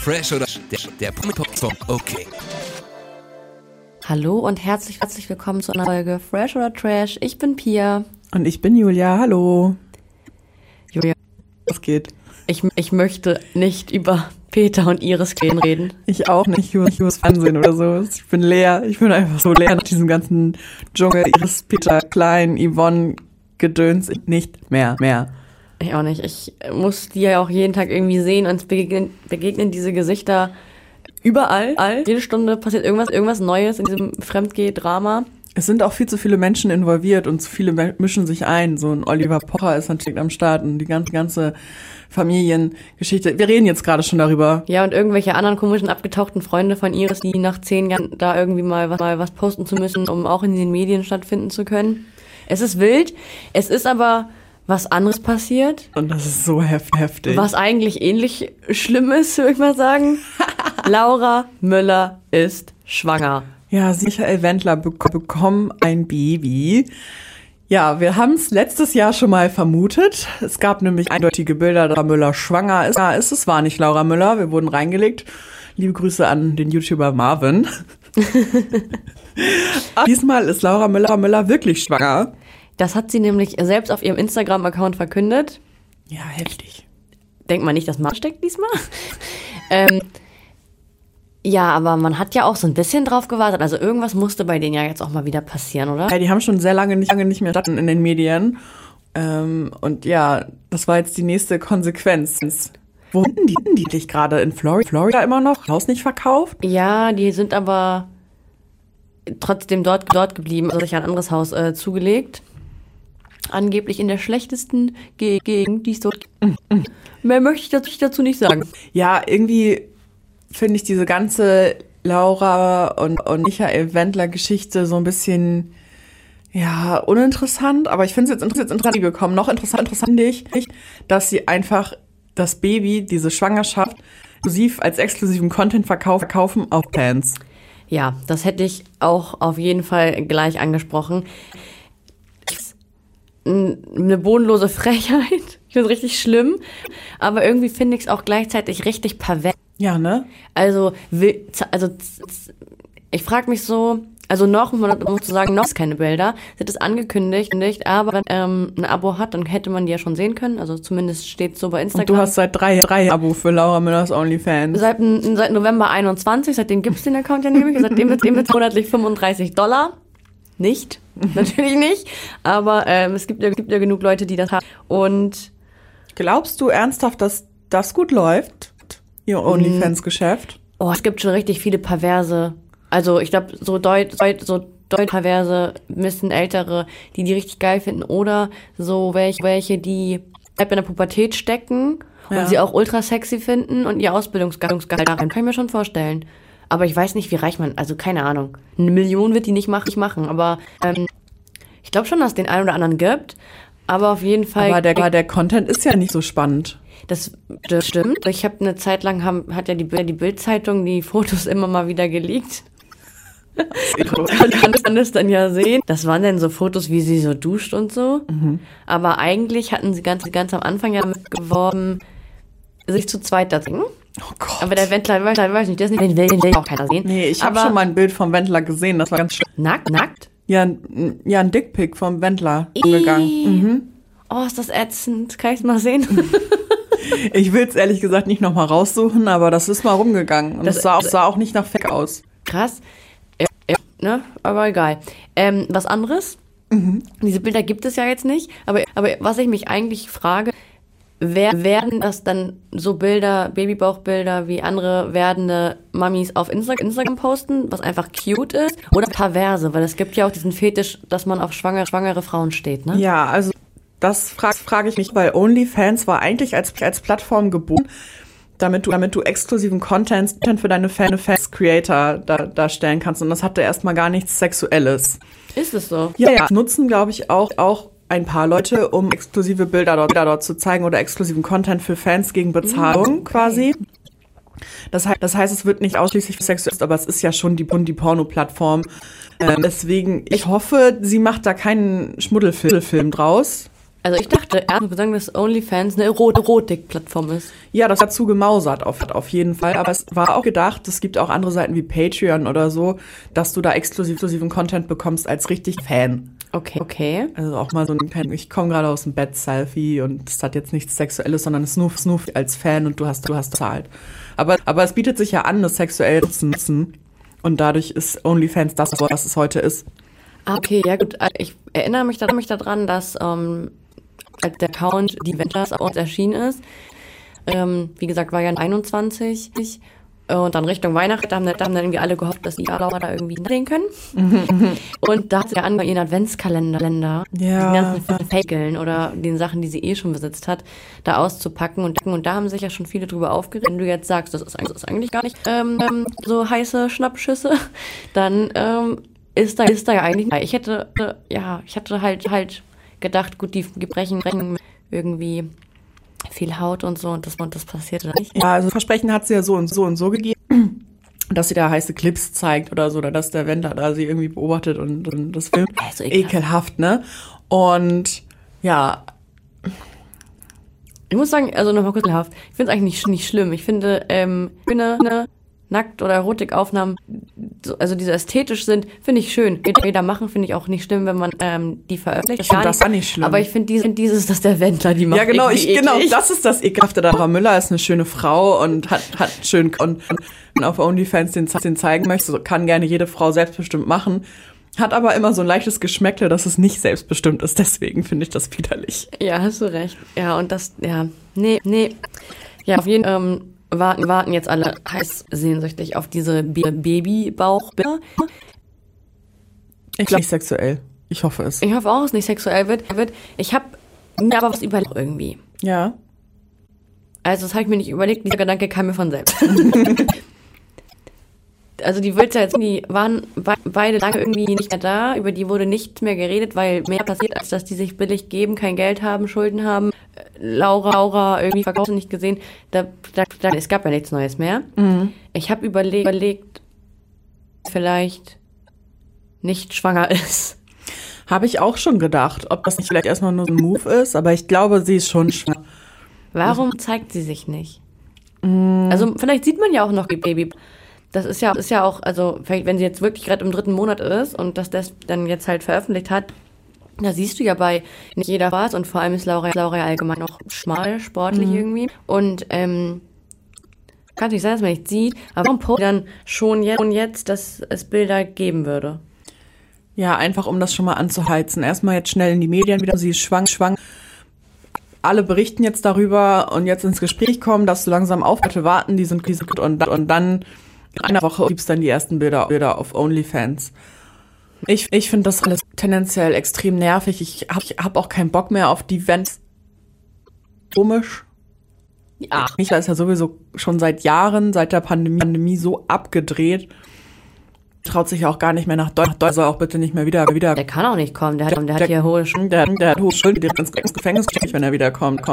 Fresh oder der Podcast. Okay. Hallo und herzlich willkommen zu einer Folge Fresh oder Trash. Ich bin Pia. Und ich bin Julia. Hallo. Julia, was geht? Ich möchte nicht über Peter und Iris reden. Ich auch nicht über Fernsehen oder so. Ich bin leer. Ich bin einfach so leer nach diesem ganzen Dschungel. Iris, Peter, Klein, Yvonne, Gedöns. Nicht mehr. Ich auch nicht. Ich muss die ja auch jeden Tag irgendwie sehen und begegnen diese Gesichter überall. Jede Stunde passiert irgendwas Neues in diesem Fremdgeh-Drama. Es sind auch viel zu viele Menschen involviert und zu viele mischen sich ein. So ein Oliver Pocher ist natürlich am Start und die ganze Familiengeschichte. Wir reden jetzt gerade schon darüber. Ja, und irgendwelche anderen komischen, abgetauchten Freunde von Iris, die nach 10 Jahren da irgendwie mal was posten zu müssen, um auch in den Medien stattfinden zu können. Es ist wild. Es ist aber was anderes passiert. Und das ist so heftig. Was eigentlich ähnlich schlimm ist, würde ich mal sagen. Laura Müller ist schwanger. Ja, Michael Wendler bekommen ein Baby. Ja, wir haben es letztes Jahr schon mal vermutet. Es gab nämlich eindeutige Bilder, dass Laura Müller schwanger ist. Es war nicht Laura Müller, wir wurden reingelegt. Liebe Grüße an den YouTuber Marvin. Diesmal ist Laura Müller wirklich schwanger. Das hat sie nämlich selbst auf ihrem Instagram-Account verkündet. Ja, heftig. Denkt man nicht, dass Marvin steckt diesmal? Ja, aber man hat ja auch so ein bisschen drauf gewartet. Also irgendwas musste bei denen ja jetzt auch mal wieder passieren, oder? Ja, die haben schon sehr lange nicht mehr statt in den Medien. Und ja, das war jetzt die nächste Konsequenz. Wo sind die dich gerade? In Florida immer noch? Haus nicht verkauft? Ja, die sind aber trotzdem dort geblieben. Also sich ein anderes Haus zugelegt. Angeblich in der schlechtesten Gegend, die es dort gibt. Mehr möchte ich dazu nicht sagen. Ja, irgendwie finde ich diese ganze Laura und Michael Wendler-Geschichte so ein bisschen, ja, uninteressant. Aber ich finde es jetzt interessant gekommen. Noch interessant finde ich, dass sie einfach das Baby, diese Schwangerschaft, als exklusiven Content verkaufen auf Fans. Ja, das hätte ich auch auf jeden Fall gleich angesprochen. Eine bodenlose Frechheit. Ich finde es richtig schlimm. Aber irgendwie finde ich es auch gleichzeitig richtig pervers. Ja, ne? Also ich frage mich so, also noch, um zu sagen, noch ist keine Bilder, sie hat es angekündigt, aber wenn ein Abo hat, dann hätte man die ja schon sehen können, also zumindest steht so bei Instagram. Und du hast seit drei Abo für Laura Müllers OnlyFans. Seit November 21, seitdem gibt's den Account ja nämlich, seitdem wird's monatlich $35. Nicht, natürlich nicht, aber es gibt ja genug Leute, die das haben. Und glaubst du ernsthaft, dass das gut läuft? Ihr OnlyFans-Geschäft? Oh, es gibt schon richtig viele Perverse. Also ich glaube, so deut Perverse, ein bisschen ältere, die richtig geil finden. Oder so welche, die in der Pubertät stecken und sie auch ultra sexy finden und ihr Ausbildungsgehalt daran. Kann ich mir schon vorstellen. Aber ich weiß nicht, wie reich man, also keine Ahnung. 1 Million wird die nicht machen. Aber ich glaube schon, dass es den einen oder anderen gibt. Aber auf jeden Fall. Aber der Content ist ja nicht so spannend. Das stimmt. Ich habe eine Zeit lang hat ja die Bild-Zeitung die Fotos immer mal wieder geleakt. Kann man das dann ja sehen. Das waren dann so Fotos, wie sie so duscht und so. Mhm. Aber eigentlich hatten sie ganz am Anfang ja damit geworben, sich zu zweit da singen. Oh Gott. Aber der Wendler, weiß nicht, den will auch keiner sehen. Nee, ich habe schon mal ein Bild vom Wendler gesehen, das war ganz schlimm. Nackt? Ja, ein Dickpic vom Wendler umgegangen. Mhm. Oh, ist das ätzend. Kann ich's mal sehen? Ich will es ehrlich gesagt nicht nochmal raussuchen, aber das ist mal rumgegangen. Und das sah auch nicht nach Fake aus. Krass. Ne? Aber egal. Was anderes? Mhm. Diese Bilder gibt es ja jetzt nicht. Aber was ich mich eigentlich frage, werden das dann so Bilder, Babybauchbilder wie andere werdende Mamis auf Instagram posten, was einfach cute ist? Oder perverse? Weil es gibt ja auch diesen Fetisch, dass man auf schwangere Frauen steht, ne? Ja, also das frage ich mich, weil OnlyFans war eigentlich als Plattform geboren, damit du exklusiven Content für deine Fans-Creator darstellen kannst. Und das hatte erstmal gar nichts Sexuelles. Ist es so? Ja. Nutzen, glaube ich, auch ein paar Leute, um exklusive Bilder dort zu zeigen oder exklusiven Content für Fans gegen Bezahlung quasi. Das heißt, es wird nicht ausschließlich für sexuell, aber es ist ja schon die Porno-Plattform. Deswegen, ich hoffe, sie macht da keinen Schmuddelfilm draus. Also ich dachte erst sagen, dass OnlyFans eine Erotik-Plattform ist. Ja, das hat zu gemausert auf jeden Fall. Aber es war auch gedacht, es gibt auch andere Seiten wie Patreon oder so, dass du da exklusiven Content bekommst als richtig Fan. Okay. Also auch mal so ein, ich komme gerade aus dem Bett-Selfie und es hat jetzt nichts Sexuelles, sondern es ist nur als Fan und du hast bezahlt. Aber es bietet sich ja an, das sexuell zu nutzen. Und dadurch ist OnlyFans das, was es heute ist. Okay, ja gut. Ich erinnere mich daran, dass als der Account die Ventures auf uns erschienen ist, wie gesagt, war ja 21 und dann Richtung Weihnachten haben dann irgendwie alle gehofft, dass die Laura da irgendwie sehen können. Und da hat sie ja angefangen, ihren Adventskalender, die ganzen Fakeln oder den Sachen, die sie eh schon besitzt hat, da auszupacken und da haben sich ja schon viele drüber aufgeregt. Wenn du jetzt sagst, das ist eigentlich gar nicht so heiße Schnappschüsse, dann ist da ja eigentlich, ich hatte halt gedacht, gut, die brechen irgendwie viel Haut und so und das passierte nicht. Ja, also Versprechen hat sie ja so und so gegeben, dass sie da heiße Clips zeigt oder so, oder dass der Wendler da sie irgendwie beobachtet und das filmt. Also ekelhaft, ne? Und ja. Ich muss sagen, also nochmal kurz ekelhaft, ich finde es eigentlich nicht schlimm. Ich finde, Nackt- oder Erotikaufnahmen, also die so ästhetisch sind, finde ich schön. Jeder machen, finde ich auch nicht schlimm, wenn man die veröffentlicht. Ich finde das auch nicht schlimm. Aber ich finde dieses, dass der Wendler die macht. Ja, genau, das ist das Ekelhafte. Laura Müller ist eine schöne Frau und hat schön und auf OnlyFans den zeigen möchte, kann gerne jede Frau selbstbestimmt machen. Hat aber immer so ein leichtes Geschmäckle, dass es nicht selbstbestimmt ist. Deswegen finde ich das widerlich. Ja, hast du recht. Ja, und das, ja, nee. Ja, auf jeden Fall, warten jetzt alle heiß sehnsüchtig auf diese Babybauchbilder. Ich glaube nicht sexuell. Ich hoffe es. Ich hoffe auch, dass es nicht sexuell wird. Ich habe mir aber was überlegt irgendwie. Ja. Also das habe ich mir nicht überlegt, dieser Gedanke kam mir von selbst. Also die Wölzer jetzt, die waren beide lange irgendwie nicht mehr da, über die wurde nichts mehr geredet, weil mehr passiert, als dass die sich billig geben, kein Geld haben, Schulden haben. Laura irgendwie verkauft nicht gesehen, es gab ja nichts Neues mehr. Mhm. Ich habe überlegt, vielleicht nicht schwanger ist. Habe ich auch schon gedacht, ob das nicht vielleicht erstmal nur so ein Move ist, aber ich glaube, sie ist schon schwanger. Warum zeigt sie sich nicht? Also vielleicht sieht man ja auch noch die Baby. Das ist ja auch, also vielleicht, wenn sie jetzt wirklich gerade im 3. Monat ist und das dann jetzt halt veröffentlicht hat, da siehst du ja bei nicht jeder was und vor allem ist Laura ja allgemein noch schmal, sportlich irgendwie. Und kann nicht sein, dass man nicht sieht, aber warum postet dann schon jetzt, dass es Bilder geben würde? Ja, einfach um das schon mal anzuheizen. Erstmal jetzt schnell in die Medien wieder, sie ist schwanger. Alle berichten jetzt darüber und jetzt ins Gespräch kommen, dass du langsam warten, die sind und dann in einer Woche gibt's dann die ersten Bilder auf OnlyFans. Ich finde das alles tendenziell extrem nervig. Ich hab auch keinen Bock mehr auf die Events. Komisch. Ja. Michael ist ja sowieso schon seit Jahren, seit der Pandemie so abgedreht. Traut sich ja auch gar nicht mehr nach Deutschland. Soll auch bitte nicht mehr wieder. Der kann auch nicht kommen. Der hat hier hohe Schulden. Der hat hohe Schulden, der ins Gefängnis kriegt, wenn er wieder kommt.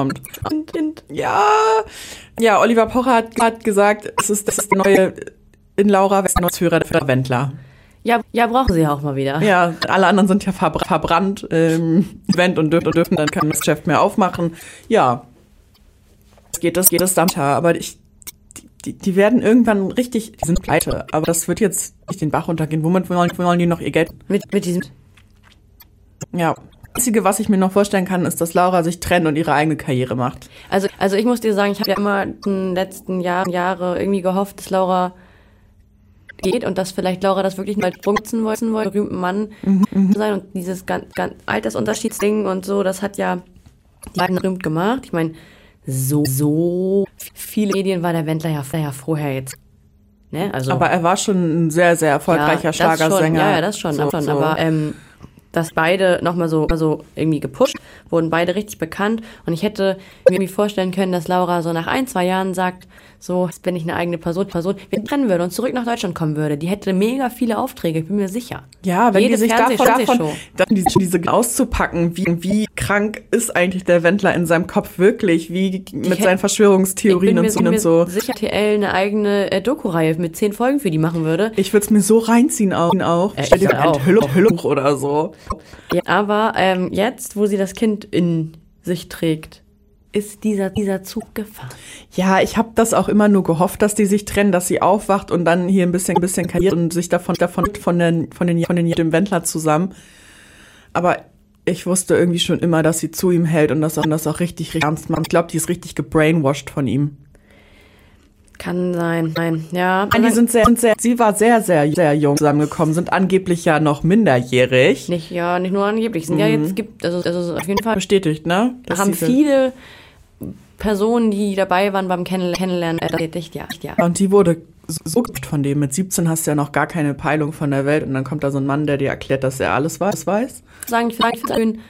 Ja, Oliver Pocher hat gesagt, das ist der neue in Laura Westnordführer für Wendler. Ja, brauchen sie ja auch mal wieder. Ja, alle anderen sind ja verbrannt Event und dürfen dann kein Geschäft mehr aufmachen. Ja, geht es dann. Aber die werden irgendwann die sind pleite. Aber das wird jetzt nicht den Bach runtergehen. Womit wollen die noch ihr Geld? Mit diesem. Ja. Das Einzige, was ich mir noch vorstellen kann, ist, dass Laura sich trennt und ihre eigene Karriere macht. Also ich muss dir sagen, ich habe ja immer in den letzten Jahre irgendwie gehofft, dass Laura geht und dass vielleicht Laura das wirklich mal punkten wollen, berühmten Mann sein und dieses ganz Altersunterschiedsding und so, das hat ja die beiden berühmt gemacht. Ich meine, so viele Medien war der Wendler ja vorher jetzt. Ne? Also, aber er war schon ein sehr, sehr erfolgreicher Schlagersänger. Ja, das schon. Aber dass beide nochmal so irgendwie gepusht, wurden beide richtig bekannt und ich hätte mir irgendwie vorstellen können, dass Laura so nach 1-2 Jahren sagt, so, jetzt bin ich eine eigene Person, wenn ich trennen würde und zurück nach Deutschland kommen würde, die hätte mega viele Aufträge, ich bin mir sicher. Ja, wenn die sich davon diese auszupacken, wie krank ist eigentlich der Wendler in seinem Kopf wirklich, wie mit seinen Verschwörungstheorien und so. Ich bin mir sicher, RTL eine eigene Doku-Reihe mit 10 Folgen für die machen würde. Ich würde es mir so reinziehen auch. Stell dir eine Enthüllung oder so. Ja, aber jetzt, wo sie das Kind in sich trägt, ist dieser Zug gefahren. Ja, ich habe das auch immer nur gehofft, dass die sich trennen, dass sie aufwacht und dann hier ein bisschen kariert und sich von dem Wendler zusammen. Aber ich wusste irgendwie schon immer, dass sie zu ihm hält und das auch richtig ernst macht. Ich glaube, die ist richtig gebrainwashed von ihm. Kann sein, nein, ja. Die sie war sehr, sehr, sehr jung zusammengekommen, sind angeblich ja noch minderjährig. Nicht nur angeblich, sind ja jetzt also auf jeden Fall bestätigt, ne? Haben viele Personen, die dabei waren beim Kennenlernen, bestätigt, ja. Und die wurde so von dem. Mit 17 hast du ja noch gar keine Peilung von der Welt und dann kommt da so ein Mann, der dir erklärt, dass er alles weiß. Sagen, vielleicht schön,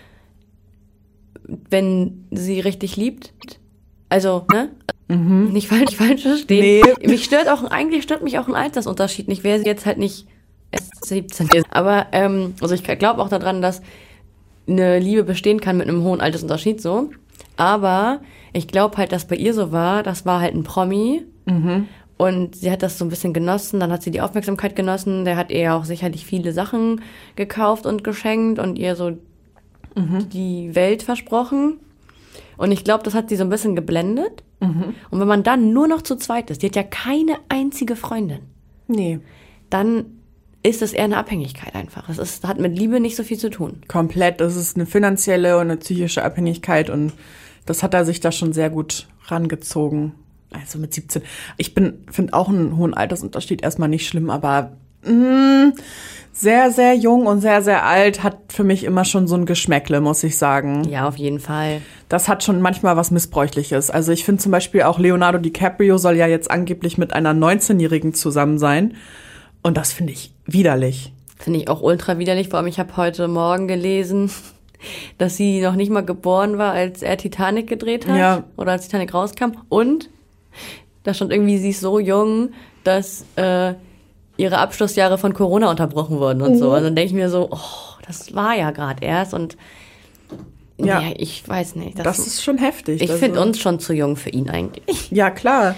wenn sie richtig liebt. Also, ne? Nicht falsch verstehen. Nee. Eigentlich stört mich auch ein Altersunterschied nicht. Wäre sie jetzt halt nicht erst 17 ist. Aber, also ich glaube auch daran, dass eine Liebe bestehen kann mit einem hohen Altersunterschied so. Aber ich glaube halt, dass bei ihr so war, das war halt ein Promi. Und sie hat das so ein bisschen genossen, dann hat sie die Aufmerksamkeit genossen. Der hat ihr auch sicherlich viele Sachen gekauft und geschenkt und ihr so die Welt versprochen. Und ich glaube, das hat sie so ein bisschen geblendet. Und wenn man dann nur noch zu zweit ist, die hat ja keine einzige Freundin. Nee. Dann ist es eher eine Abhängigkeit einfach. Das hat mit Liebe nicht so viel zu tun. Komplett. Das ist eine finanzielle und eine psychische Abhängigkeit und das hat er sich da schon sehr gut rangezogen. Also mit 17. Ich finde auch einen hohen Altersunterschied erstmal nicht schlimm, aber sehr, sehr jung und sehr, sehr alt hat für mich immer schon so ein Geschmäckle, muss ich sagen. Ja, auf jeden Fall. Das hat schon manchmal was Missbräuchliches. Also ich finde zum Beispiel auch Leonardo DiCaprio soll ja jetzt angeblich mit einer 19-Jährigen zusammen sein. Und das finde ich widerlich. Finde ich auch ultra widerlich. Vor allem, ich habe heute Morgen gelesen, dass sie noch nicht mal geboren war, als er Titanic gedreht hat. Ja. Oder als Titanic rauskam. Und da stand irgendwie, sie ist so jung, dass ihre Abschlussjahre von Corona unterbrochen wurden und so. Also dann denke ich mir so, das war ja gerade erst. Und ja, ich weiß nicht. Das ist schon heftig. Ich finde uns schon zu jung für ihn eigentlich. Ja, klar.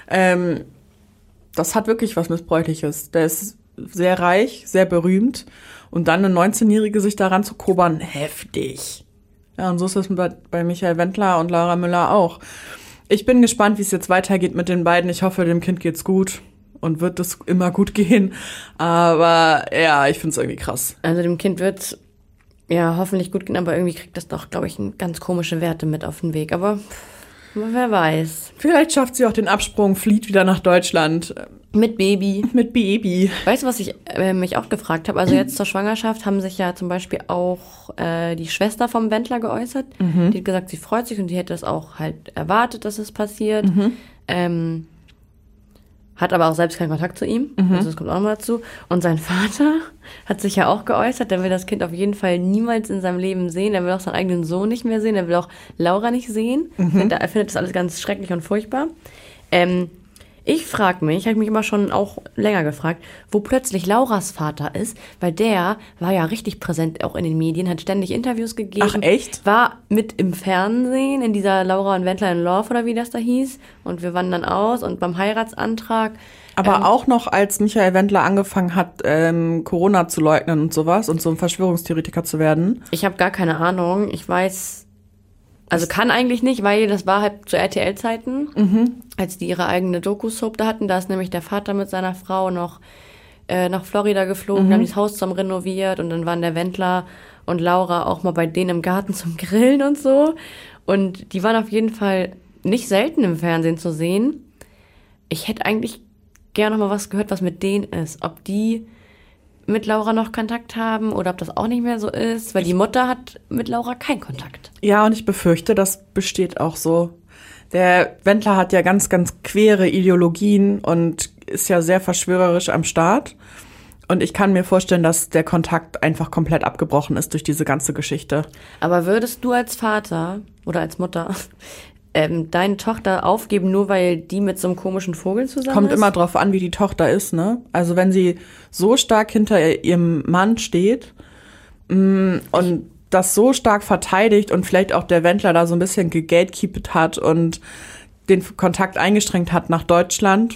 Das hat wirklich was Missbräuchliches. Der ist sehr reich, sehr berühmt. Und dann eine 19-Jährige sich daran zu kobern, heftig. Ja, und so ist es bei Michael Wendler und Laura Müller auch. Ich bin gespannt, wie es jetzt weitergeht mit den beiden. Ich hoffe, dem Kind geht's gut und wird es immer gut gehen. Aber ja, ich finde es irgendwie krass. Also dem Kind wird's ja hoffentlich gut gehen, aber irgendwie kriegt das doch, glaube ich, ganz komische Werte mit auf den Weg. Aber wer weiß. Vielleicht schafft sie auch den Absprung, flieht wieder nach Deutschland. Mit Baby. Mit Baby. Weißt du, was ich mich auch gefragt habe? Also jetzt zur Schwangerschaft haben sich ja zum Beispiel auch die Schwester vom Wendler geäußert. Die hat gesagt, sie freut sich und die hätte das auch halt erwartet, dass es passiert. Hat aber auch selbst keinen Kontakt zu ihm. Also das kommt auch nochmal dazu. Und sein Vater hat sich ja auch geäußert, der will das Kind auf jeden Fall niemals in seinem Leben sehen. Er will auch seinen eigenen Sohn nicht mehr sehen. Er will auch Laura nicht sehen. Er findet das alles ganz schrecklich und furchtbar. Ich frage mich, habe mich immer schon auch länger gefragt, wo plötzlich Lauras Vater ist, weil der war ja richtig präsent auch in den Medien, hat ständig Interviews gegeben. Ach, echt? War mit im Fernsehen, in dieser Laura und Wendler in Love oder wie das da hieß. Und wir wandern aus und beim Heiratsantrag. Aber auch noch, als Michael Wendler angefangen hat, Corona zu leugnen und sowas und so ein Verschwörungstheoretiker zu werden. Ich habe gar keine Ahnung. Ich weiß... Also kann eigentlich nicht, weil das war halt zu RTL-Zeiten, als die ihre eigene Doku-Soap da hatten. Da ist nämlich der Vater mit seiner Frau noch nach Florida geflogen, haben das Haus zusammen renoviert und dann waren der Wendler und Laura auch mal bei denen im Garten zum Grillen und so. Und die waren auf jeden Fall nicht selten im Fernsehen zu sehen. Ich hätte eigentlich gerne noch mal was gehört, was mit denen ist. Ob die mit Laura noch Kontakt haben oder ob das auch nicht mehr so ist, weil die Mutter hat mit Laura keinen Kontakt. Ja, und ich befürchte, das besteht auch so. Der Wendler hat ja ganz, ganz quere Ideologien und ist ja sehr verschwörerisch am Start. Und ich kann mir vorstellen, dass der Kontakt einfach komplett abgebrochen ist durch diese ganze Geschichte. Aber würdest du als Vater oder als Mutter deine Tochter aufgeben, nur weil die mit so einem komischen Vogel zusammen Kommt ist? immer drauf an, wie die Tochter ist, ne? Also wenn sie so stark hinter ihrem Mann steht und das so stark verteidigt und vielleicht auch der Wendler da so ein bisschen gegatekeepet hat und den Kontakt eingeschränkt hat nach Deutschland,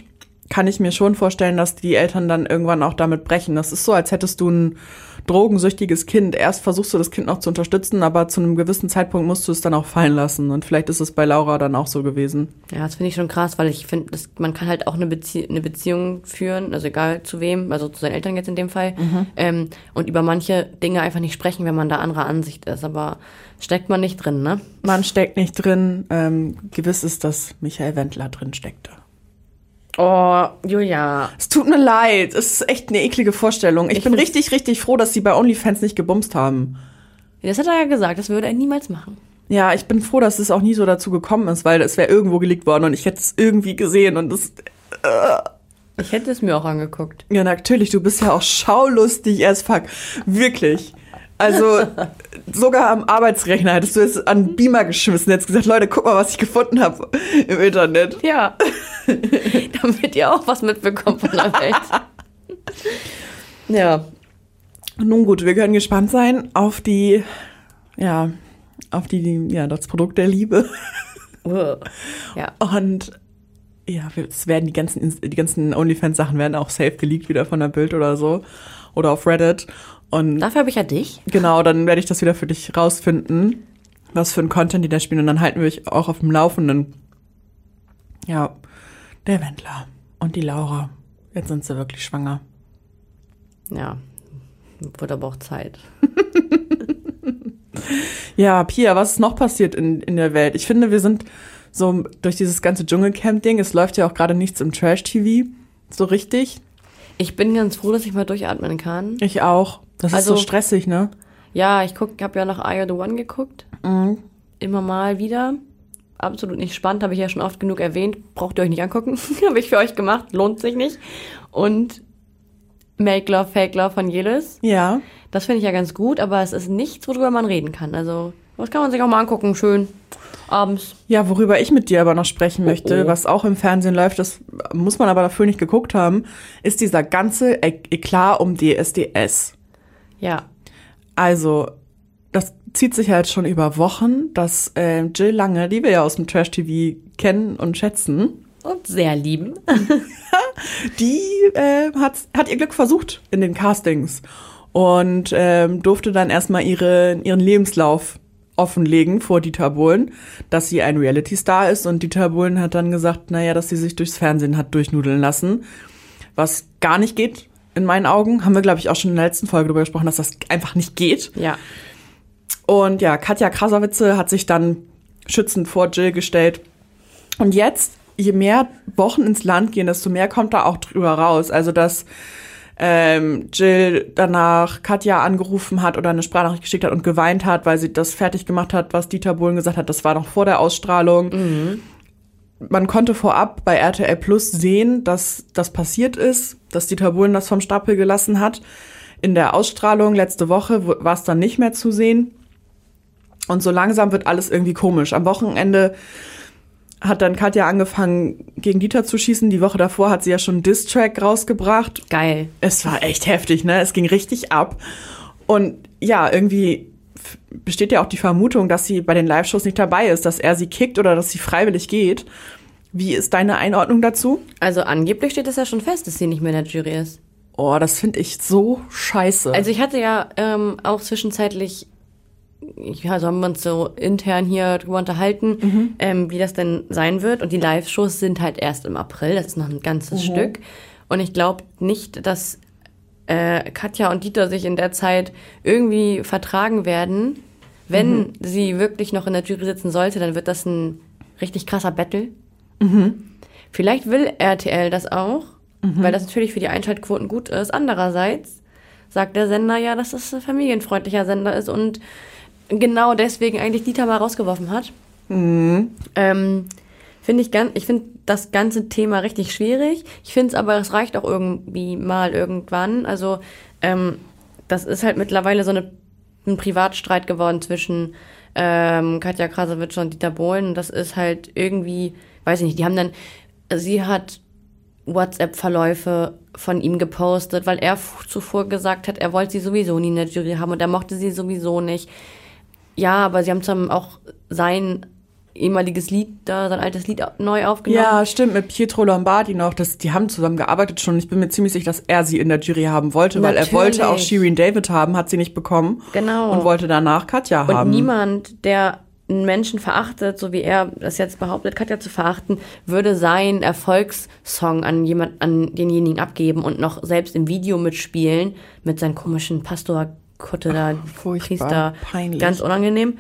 kann ich mir schon vorstellen, dass die Eltern dann irgendwann auch damit brechen. Das ist so, als hättest du ein drogensüchtiges Kind. Erst versuchst du das Kind noch zu unterstützen, aber zu einem gewissen Zeitpunkt musst du es dann auch fallen lassen. Und vielleicht ist es bei Laura dann auch so gewesen. Ja, das finde ich schon krass, weil ich finde, man kann halt auch eine Beziehung führen, also egal zu wem, also zu seinen Eltern jetzt in dem Fall, und über manche Dinge einfach nicht sprechen, wenn man da anderer Ansicht ist. Aber steckt man nicht drin, ne? Man steckt nicht drin. Gewiss ist, dass Michael Wendler drin steckte. Oh, Julia. Es tut mir leid. Es ist echt eine eklige Vorstellung. Ich bin richtig, richtig froh, dass sie bei OnlyFans nicht gebumst haben. Das hat er ja gesagt, das würde er niemals machen. Ja, ich bin froh, dass es auch nie so dazu gekommen ist, weil es wäre irgendwo geleakt worden und ich hätte es irgendwie gesehen und das... Ich hätte es mir auch angeguckt. Ja, natürlich, du bist ja auch schaulustig as fuck. Wirklich. Also, sogar am Arbeitsrechner hättest du es an den Beamer geschmissen, hättest gesagt, Leute, guck mal, was ich gefunden habe im Internet. Ja. Damit ihr auch was mitbekommt von der Welt. Ja. Nun gut, wir können gespannt sein auf das Produkt der Liebe. Ja. Und ja, es werden die ganzen OnlyFans-Sachen werden auch safe geleakt wieder von der Bild oder so. Oder auf Reddit. Und dafür habe ich ja dich. Genau, dann werde ich das wieder für dich rausfinden, was für ein Content die da spielen. Und dann halten wir euch auch auf dem Laufenden. Ja, der Wendler und die Laura. Jetzt sind sie wirklich schwanger. Ja, wird aber auch Zeit. Ja, Pia, was ist noch passiert in der Welt? Ich finde, wir sind so durch dieses ganze Dschungelcamp-Ding, es läuft ja auch gerade nichts im Trash-TV so richtig. Ich bin ganz froh, dass ich mal durchatmen kann. Ich auch. Das ist so stressig, ne? Ja, ich habe ja nach Are You the One geguckt. Immer mal wieder. Absolut nicht spannend, habe ich ja schon oft genug erwähnt. Braucht ihr euch nicht angucken. Habe ich für euch gemacht, lohnt sich nicht. Und Make Love, Fake Love von Yeliz. Ja. Das finde ich ja ganz gut, aber es ist nichts, worüber man reden kann. Also, das kann man sich auch mal angucken, schön abends. Ja, worüber ich mit dir aber noch sprechen möchte, was auch im Fernsehen läuft, das muss man aber dafür nicht geguckt haben, ist dieser ganze Eklat um DSDS. Ja. Also, das zieht sich halt schon über Wochen, dass Jill Lange, die wir ja aus dem Trash-TV kennen und schätzen. Und sehr lieben. Die hat ihr Glück versucht in den Castings und durfte dann erstmal ihren Lebenslauf offenlegen vor Dieter Bohlen, dass sie ein Reality-Star ist. Und Dieter Bohlen hat dann gesagt, dass sie sich durchs Fernsehen hat durchnudeln lassen. Was gar nicht geht, in meinen Augen. Haben wir, glaube ich, auch schon in der letzten Folge darüber gesprochen, dass das einfach nicht geht. Ja. Und ja, Katja Krasavice hat sich dann schützend vor Jill gestellt. Und jetzt, je mehr Wochen ins Land gehen, desto mehr kommt da auch drüber raus. Also, dass Jill danach Katja angerufen hat oder eine Sprachnachricht geschickt hat und geweint hat, weil sie das fertig gemacht hat, was Dieter Bohlen gesagt hat. Das war noch vor der Ausstrahlung. Mhm. Man konnte vorab bei RTL Plus sehen, dass das passiert ist, dass Dieter Bohlen das vom Stapel gelassen hat. In der Ausstrahlung letzte Woche war es dann nicht mehr zu sehen. Und so langsam wird alles irgendwie komisch. Am Wochenende hat dann Katja angefangen, gegen Dieter zu schießen. Die Woche davor hat sie ja schon einen Diss-Track rausgebracht. Geil. Es war echt heftig, ne? Es ging richtig ab. Und ja, irgendwie besteht ja auch die Vermutung, dass sie bei den Live-Shows nicht dabei ist, dass er sie kickt oder dass sie freiwillig geht. Wie ist deine Einordnung dazu? Also angeblich steht es ja schon fest, dass sie nicht mehr in der Jury ist. Oh, das finde ich so scheiße. Also ich hatte ja auch zwischenzeitlich, so haben wir uns so intern hier drüber unterhalten, wie das denn sein wird. Und die Live-Shows sind halt erst im April, das ist noch ein ganzes Stück. Und ich glaube nicht, dass Katja und Dieter sich in der Zeit irgendwie vertragen werden. Wenn sie wirklich noch in der Jury sitzen sollte, dann wird das ein richtig krasser Battle. Vielleicht will RTL das auch, weil das natürlich für die Einschaltquoten gut ist. Andererseits sagt der Sender ja, dass das ein familienfreundlicher Sender ist und genau deswegen eigentlich Dieter mal rausgeworfen hat. Ich finde das ganze Thema richtig schwierig. Ich finde es aber, es reicht auch irgendwie mal irgendwann. Also das ist halt mittlerweile so ein Privatstreit geworden zwischen Katja Krasavice und Dieter Bohlen. Und das ist halt irgendwie, weiß ich nicht, sie hat WhatsApp-Verläufe von ihm gepostet, weil er zuvor gesagt hat, er wollte sie sowieso nie in der Jury haben und er mochte sie sowieso nicht. Ja, aber sie haben dann auch ehemaliges Lied da, sein altes Lied neu aufgenommen. Ja, stimmt, mit Pietro Lombardi noch. Die haben zusammen gearbeitet schon. Ich bin mir ziemlich sicher, dass er sie in der Jury haben wollte, weil er wollte auch Shirin David haben, hat sie nicht bekommen. Genau. Und wollte danach Katja haben. Und niemand, der einen Menschen verachtet, so wie er das jetzt behauptet, Katja zu verachten, würde seinen Erfolgssong an denjenigen abgeben und noch selbst im Video mitspielen mit seinen komischen Pastorkutte da, Priester, peinlich. ganz unangenehm.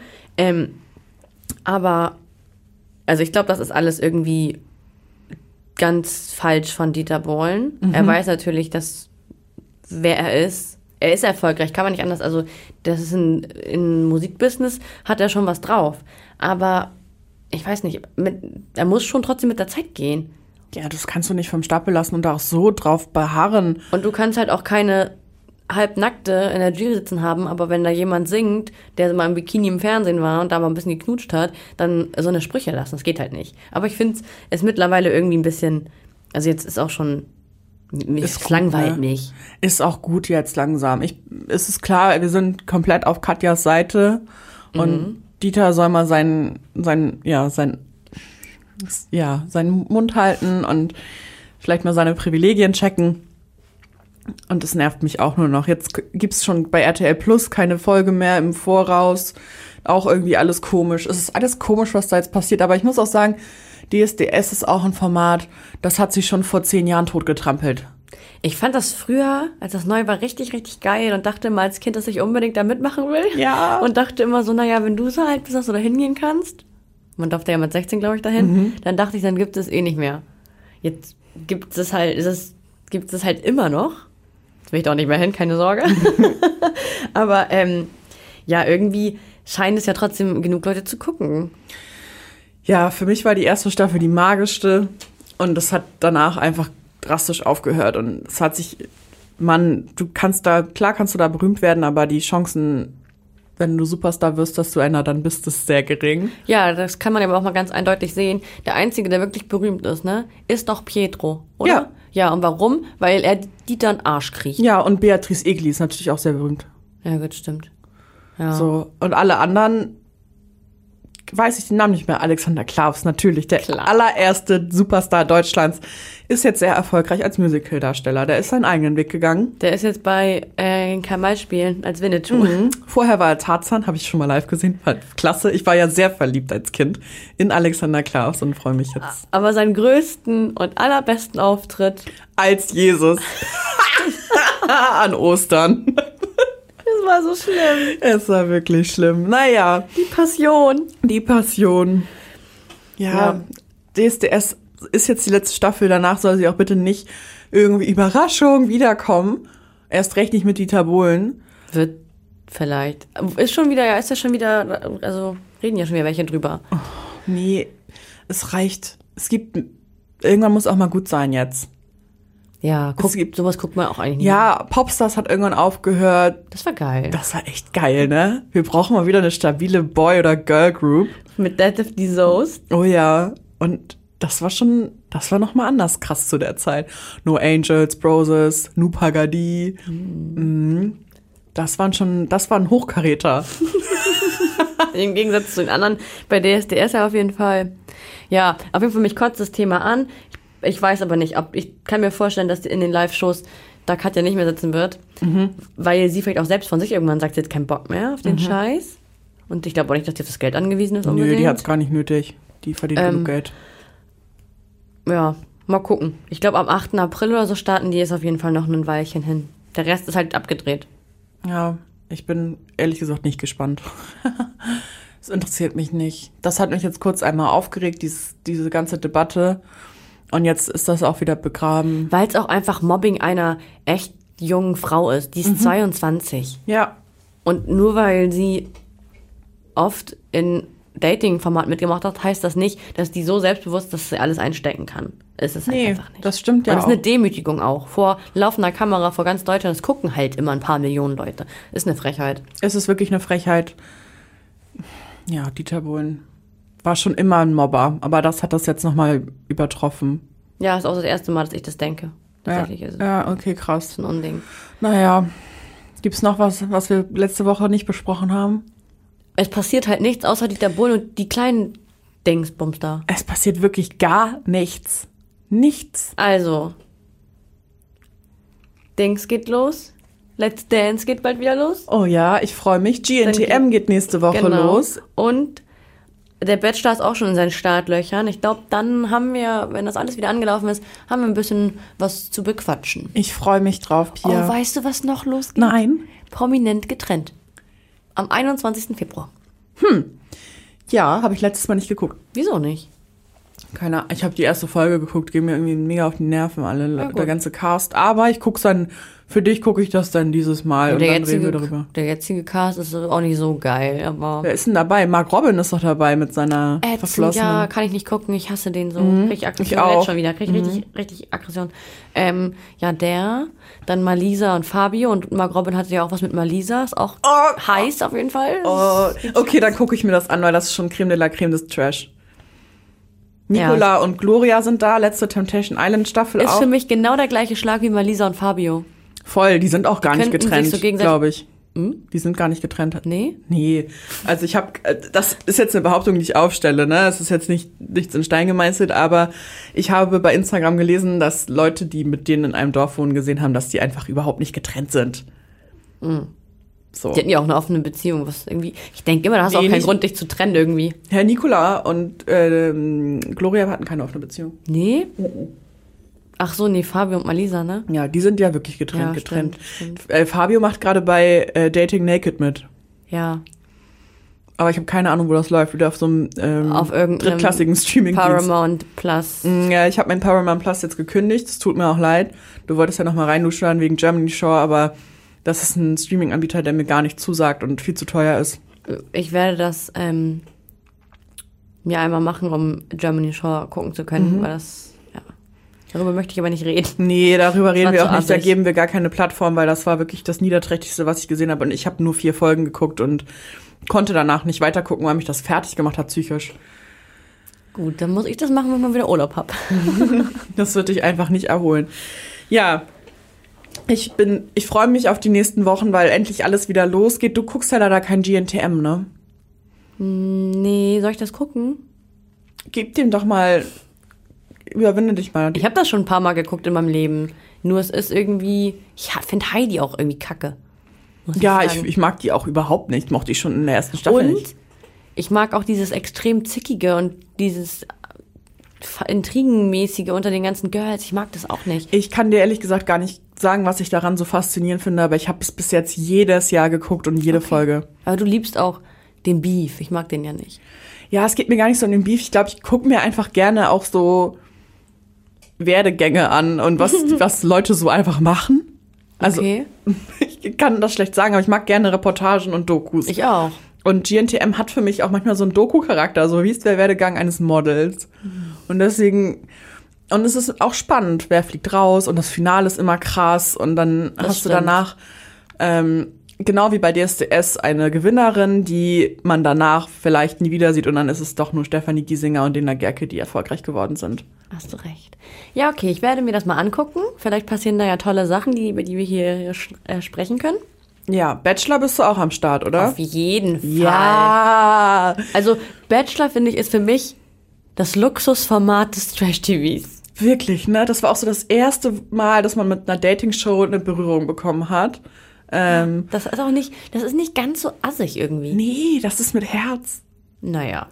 Aber, also ich glaube, das ist alles irgendwie ganz falsch von Dieter Bohlen. Er weiß natürlich, wer er ist. Er ist erfolgreich, kann man nicht anders. Also das ist im Musikbusiness hat er schon was drauf. Aber ich weiß nicht, er muss schon trotzdem mit der Zeit gehen. Ja, das kannst du nicht vom Stapel lassen und da auch so drauf beharren. Und du kannst halt auch keine Halbnackte in der Jury sitzen haben, aber wenn da jemand singt, der mal im Bikini im Fernsehen war und da mal ein bisschen geknutscht hat, dann so eine Sprüche lassen. Das geht halt nicht. Aber ich finde es mittlerweile irgendwie ein bisschen, also jetzt ist auch schon... Es langweilt mich. Ist auch gut jetzt langsam. Es ist klar, wir sind komplett auf Katjas Seite und Dieter soll mal seinen Mund halten und vielleicht mal seine Privilegien checken. Und das nervt mich auch nur noch. Jetzt gibt's schon bei RTL Plus keine Folge mehr im Voraus. Auch irgendwie alles komisch. Es ist alles komisch, was da jetzt passiert. Aber ich muss auch sagen, DSDS ist auch ein Format, das hat sich schon vor 10 Jahren totgetrampelt. Ich fand das früher, als das neu war, richtig, richtig geil und dachte immer als Kind, dass ich unbedingt da mitmachen will. Ja. Und dachte immer so, naja, wenn du so alt bist, dass du da hingehen kannst, man durfte ja mit 16, glaube ich, dahin, dann dachte ich, dann gibt es eh nicht mehr. Jetzt gibt es halt immer noch. Jetzt will ich da auch nicht mehr hin, keine Sorge. Aber ja, irgendwie scheint es ja trotzdem genug Leute zu gucken. Ja, für mich war die erste Staffel die magischste und das hat danach einfach drastisch aufgehört und es hat sich, kannst du da berühmt werden, aber die Chancen, wenn du Superstar wirst, dass du einer dann bist, ist sehr gering. Ja, das kann man aber auch mal ganz eindeutig sehen. Der Einzige, der wirklich berühmt ist, ne, ist doch Pietro, oder? Ja. Ja, und warum? Weil er Dieter einen Arsch kriegt. Ja, und Beatrice Egli ist natürlich auch sehr berühmt. Ja, gut, stimmt. Ja. So, und alle anderen, weiß ich den Namen nicht mehr, Alexander Klavs, natürlich, der allererste Superstar Deutschlands, ist jetzt sehr erfolgreich als Musical-Darsteller. Der ist seinen eigenen Weg gegangen. Der ist jetzt bei Karl-May-Spielen als Winnetou. Vorher war er Tarzan, habe ich schon mal live gesehen, war klasse. Ich war ja sehr verliebt als Kind in Alexander Klavs und freue mich jetzt. Aber seinen größten und allerbesten Auftritt als Jesus an Ostern. Das war so schlimm. Es war wirklich schlimm. Naja. Die Passion. Ja, DSDS ist jetzt die letzte Staffel. Danach soll sie auch bitte nicht irgendwie Überraschung wiederkommen. Erst recht nicht mit Dieter Bohlen. Wird vielleicht. Ist ja schon wieder, also reden ja schon wieder welche drüber. Oh, nee, es reicht. Irgendwann muss auch mal gut sein jetzt. Ja, sowas guckt man auch eigentlich nicht. Ja, Popstars hat irgendwann aufgehört. Das war geil. Das war echt geil, ne? Wir brauchen mal wieder eine stabile Boy- oder Girl-Group. Mit Death of the Zoes. Oh ja, und das war noch mal anders krass zu der Zeit. No Angels, Broses, Nu Pagadi. Das waren Hochkaräter. Im Gegensatz zu den anderen bei DSDS ja auf jeden Fall. Ja, auf jeden Fall mich kotzt das Thema an. Ich weiß aber nicht, ich kann mir vorstellen, dass in den Live-Shows da Katja nicht mehr sitzen wird, weil sie vielleicht auch selbst von sich irgendwann sagt, sie hat keinen Bock mehr auf den Scheiß. Und ich glaube auch nicht, dass die auf das Geld angewiesen ist unbedingt. Nö, die hat es gar nicht nötig. Die verdient genug Geld. Ja, mal gucken. Ich glaube, am 8. April oder so starten die jetzt auf jeden Fall noch ein Weilchen hin. Der Rest ist halt abgedreht. Ja, ich bin ehrlich gesagt nicht gespannt. Das interessiert mich nicht. Das hat mich jetzt kurz einmal aufgeregt, diese ganze Debatte. Und jetzt ist das auch wieder begraben. Weil es auch einfach Mobbing einer echt jungen Frau ist. Die ist 22. Ja. Und nur weil sie oft in Dating-Format mitgemacht hat, heißt das nicht, dass die so selbstbewusst ist, dass sie alles einstecken kann. Ist es halt einfach nicht. Das stimmt ja. Und das ist eine Demütigung auch. Vor laufender Kamera, vor ganz Deutschland, das gucken halt immer ein paar Millionen Leute. Ist eine Frechheit. Es ist wirklich eine Frechheit. Ja, Dieter Bohlen war schon immer ein Mobber, aber das hat das jetzt nochmal übertroffen. Ja, ist auch das erste Mal, dass ich das denke. Tatsächlich ist es. Ja, okay, krass. Das ist ein Unding. Naja, gibt's noch was wir letzte Woche nicht besprochen haben? Es passiert halt nichts, außer Dieter Bohlen und die kleinen Dingsbums da. Es passiert wirklich gar nichts. Nichts. Also, Dings geht los. Let's Dance geht bald wieder los. Oh ja, ich freue mich. GNTM geht nächste Woche los. Und der Bachelor ist auch schon in seinen Startlöchern. Ich glaube, dann haben wir, wenn das alles wieder angelaufen ist, haben wir ein bisschen was zu bequatschen. Ich freue mich drauf, Pia. Oh, weißt du, was noch losgeht? Nein. Prominent getrennt. Am 21. Februar. Ja, habe ich letztes Mal nicht geguckt. Wieso nicht? Keine Ahnung. Ich habe die erste Folge geguckt, gehen mir irgendwie mega auf die Nerven, Ja, der ganze Cast. Aber ich guck's dann, für dich gucke ich das dann dieses Mal und dann reden wir darüber. Der jetzige Cast ist auch nicht so geil, aber... Wer ist denn dabei? Mark Robin ist doch dabei mit seiner verflossenen... Ja, kann ich nicht gucken, ich hasse den so. Richtig Aggression. Ich auch. Jetzt schon wieder, krieg ich richtig Aggression. Ja, dann Malisa und Fabio und Mark Robin hatte ja auch was mit Malisa, ist auch heiß auf jeden Fall. Okay, dann gucke ich mir das an, weil das ist schon Creme de la Creme des Trash. Nicola und Gloria sind da, letzte Temptation Island Staffel ist auch. für mich genau der gleiche Schlag wie Malisa und Fabio. Voll, die sind auch gar nicht Könnten sich getrennt, so gegenseitig- glaube ich. Die sind gar nicht getrennt. Nee? Nee, also ich habe, das ist jetzt eine Behauptung, die ich aufstelle, ne? Es ist jetzt nichts in Stein gemeißelt, aber ich habe bei Instagram gelesen, dass Leute, die mit denen in einem Dorf wohnen, gesehen haben, dass die einfach überhaupt nicht getrennt sind. So. Die hatten ja auch eine offene Beziehung, was irgendwie... Ich denke immer, da hast du auch keinen nicht- Grund, dich zu trennen irgendwie. Herr Nicola und Gloria hatten keine offene Beziehung. Nee? Ach so, nee, Fabio und Malisa, ne? Ja, die sind ja wirklich getrennt. Stimmt. Fabio macht gerade bei Dating Naked mit. Ja. Aber ich habe keine Ahnung, wo das läuft. Wieder auf so einem Auf irgendeinem drittklassigen Streaming-Dienst. Paramount Plus. Ja, ich habe mein Paramount Plus jetzt gekündigt. Es tut mir auch leid. Du wolltest ja noch mal reinluschern wegen Germany Shore, aber das ist ein Streaming-Anbieter, der mir gar nicht zusagt und viel zu teuer ist. Ich werde das mir einmal machen, um Germany Shore gucken zu können, weil das, ja. Darüber möchte ich aber nicht reden. Nee, darüber reden war wir zu auch nicht. Da assig. geben wir gar keine Plattform, weil das war wirklich das Niederträchtigste, was ich gesehen habe. Und ich habe nur 4 Folgen geguckt und konnte danach nicht weiter gucken, weil mich das fertig gemacht hat, psychisch. Gut, dann muss ich das machen, wenn ich mal wieder Urlaub habe. Das wird dich einfach nicht erholen. Ja, ich freue mich auf die nächsten Wochen, weil endlich alles wieder losgeht. Du guckst ja leider kein GNTM, ne? Nee, soll ich das gucken? Gib dem doch mal, überwinde dich mal. Ich habe das schon ein paar Mal geguckt in meinem Leben. Nur es ist irgendwie, ich finde Heidi auch irgendwie kacke. muss Ja, sagen. ich mag die auch überhaupt nicht. Mochte ich schon in der ersten Staffel Und nicht. ich mag auch dieses extrem Zickige und dieses Intrigenmäßige unter den ganzen Girls. Ich mag das auch nicht. Ich kann dir ehrlich gesagt gar nicht sagen, was ich daran so faszinierend finde, aber ich habe es bis jetzt jedes Jahr geguckt und jede Folge. Aber du liebst auch den Beef. Ich mag den ja nicht. Ja, es geht mir gar nicht so um den Beef. Ich glaube, ich gucke mir einfach gerne auch so Werdegänge an und was Leute so einfach machen. Also Okay. ich kann das schlecht sagen, aber ich mag gerne Reportagen und Dokus. Ich auch. Und GNTM hat für mich auch manchmal so einen Doku-Charakter, so wie ist der Werdegang eines Models. Und deswegen, und es ist auch spannend, wer fliegt raus und das Finale ist immer krass und dann Das hast du stimmt. danach, genau wie bei DSDS, eine Gewinnerin, die man danach vielleicht nie wieder sieht und dann ist es doch nur Stefanie Giesinger und Lena Gerke, die erfolgreich geworden sind. Hast du recht. Ja, okay, ich werde mir das mal angucken. Vielleicht passieren da ja tolle Sachen, über die wir hier sprechen können. Ja, Bachelor bist du auch am Start, oder? Auf jeden Fall. Ja. Also Bachelor, finde ich, ist für mich das Luxusformat des Trash-TVs. Wirklich, ne? Das war auch so das erste Mal, dass man mit einer Dating-Show eine Berührung bekommen hat. Das ist nicht ganz so assig irgendwie. Nee, das ist mit Herz. Naja.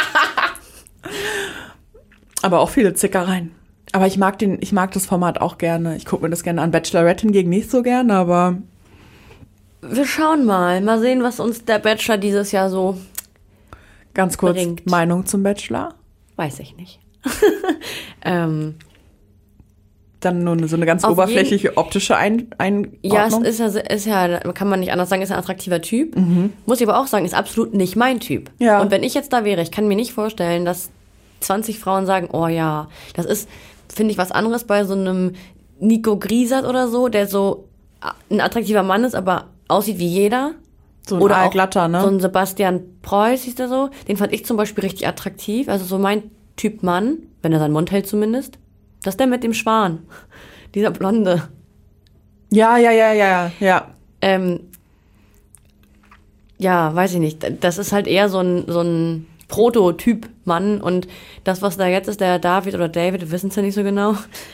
Aber auch viele Zickereien. Aber ich mag das Format auch gerne. Ich gucke mir das gerne an. Bachelorette hingegen nicht so gerne, aber Wir schauen mal. Mal sehen, was uns der Bachelor dieses Jahr so... ganz kurz Bringt. Meinung zum Bachelor. Weiß ich nicht. Dann nur so eine ganz Auf oberflächliche optische Einordnung. Ja, es ist ja, kann man nicht anders sagen, ist ein attraktiver Typ. Muss ich aber auch sagen, ist absolut nicht mein Typ. Ja. Und wenn ich jetzt da wäre, ich kann mir nicht vorstellen, dass 20 Frauen sagen, oh ja, das ist, finde ich, was anderes bei so einem Nico Griesert oder so, der so ein attraktiver Mann ist, aber aussieht wie jeder. So ein Oder auch Aalglatter, ne? so ein Sebastian Preuß hieß der so. Den fand ich zum Beispiel richtig attraktiv. Also so mein Typ Mann, wenn er seinen Mund hält zumindest. Das ist der mit dem Schwan. Dieser Blonde. Ja. Ja, weiß ich nicht. Das ist halt eher so ein Prototyp Mann und das, was da jetzt ist, der David oder David, wir wissen es ja nicht so genau.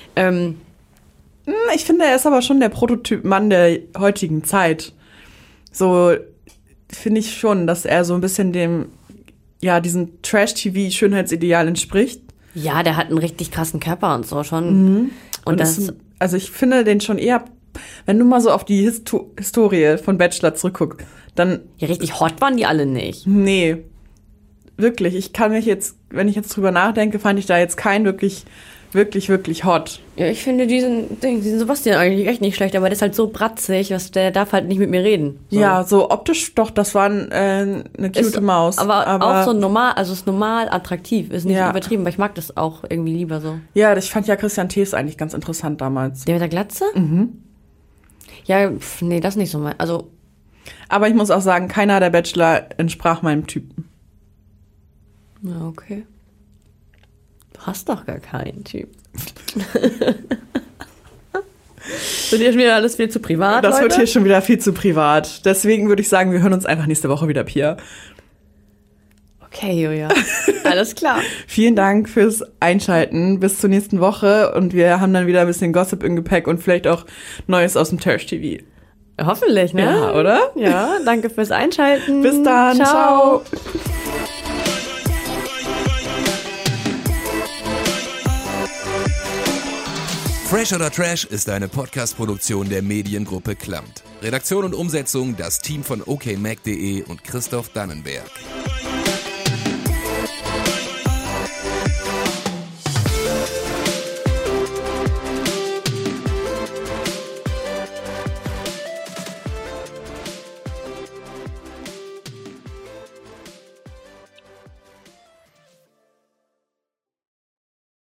Ich finde, er ist aber schon der Prototyp Mann der heutigen Zeit. So finde ich schon, dass er so ein bisschen diesen Trash-TV-Schönheitsideal entspricht. Ja, der hat einen richtig krassen Körper und so schon. Und also ich finde den schon eher, wenn du mal so auf die Historie von Bachelor zurückguckst, dann... Ja, richtig hot waren die alle nicht. Nee, wirklich. Ich kann mich jetzt, wenn ich jetzt drüber nachdenke, fand ich da jetzt keinen wirklich hot. Ja, ich finde diesen Sebastian eigentlich echt nicht schlecht, aber der ist halt so bratzig, der darf halt nicht mit mir reden. So. Ja, so optisch doch, das war eine cute Maus. Aber auch so normal, also ist normal attraktiv, ist nicht übertrieben, weil ich mag das auch irgendwie lieber so. Ja, ich fand ja Christian Thees eigentlich ganz interessant damals. Der mit der Glatze? Ja, nee, das nicht so mal. Also. Aber ich muss auch sagen, keiner der Bachelor entsprach meinem Typen. Ja, okay. Du hast doch gar keinen Typ. Wird hier schon wieder alles viel zu privat, Das Leute? wird hier schon wieder viel zu privat. Deswegen würde ich sagen, wir hören uns einfach nächste Woche wieder, Pia. Okay, Julia. Alles klar. Vielen Dank fürs Einschalten. Bis zur nächsten Woche. Und wir haben dann wieder ein bisschen Gossip im Gepäck und vielleicht auch Neues aus dem Trash-TV. Hoffentlich, ne? Ja, oder? Ja, danke fürs Einschalten. Bis dann. Ciao. Fresh oder Trash ist eine Podcast-Produktion der Mediengruppe Klamt. Redaktion und Umsetzung das Team von okmac.de und Christoph Dannenberg.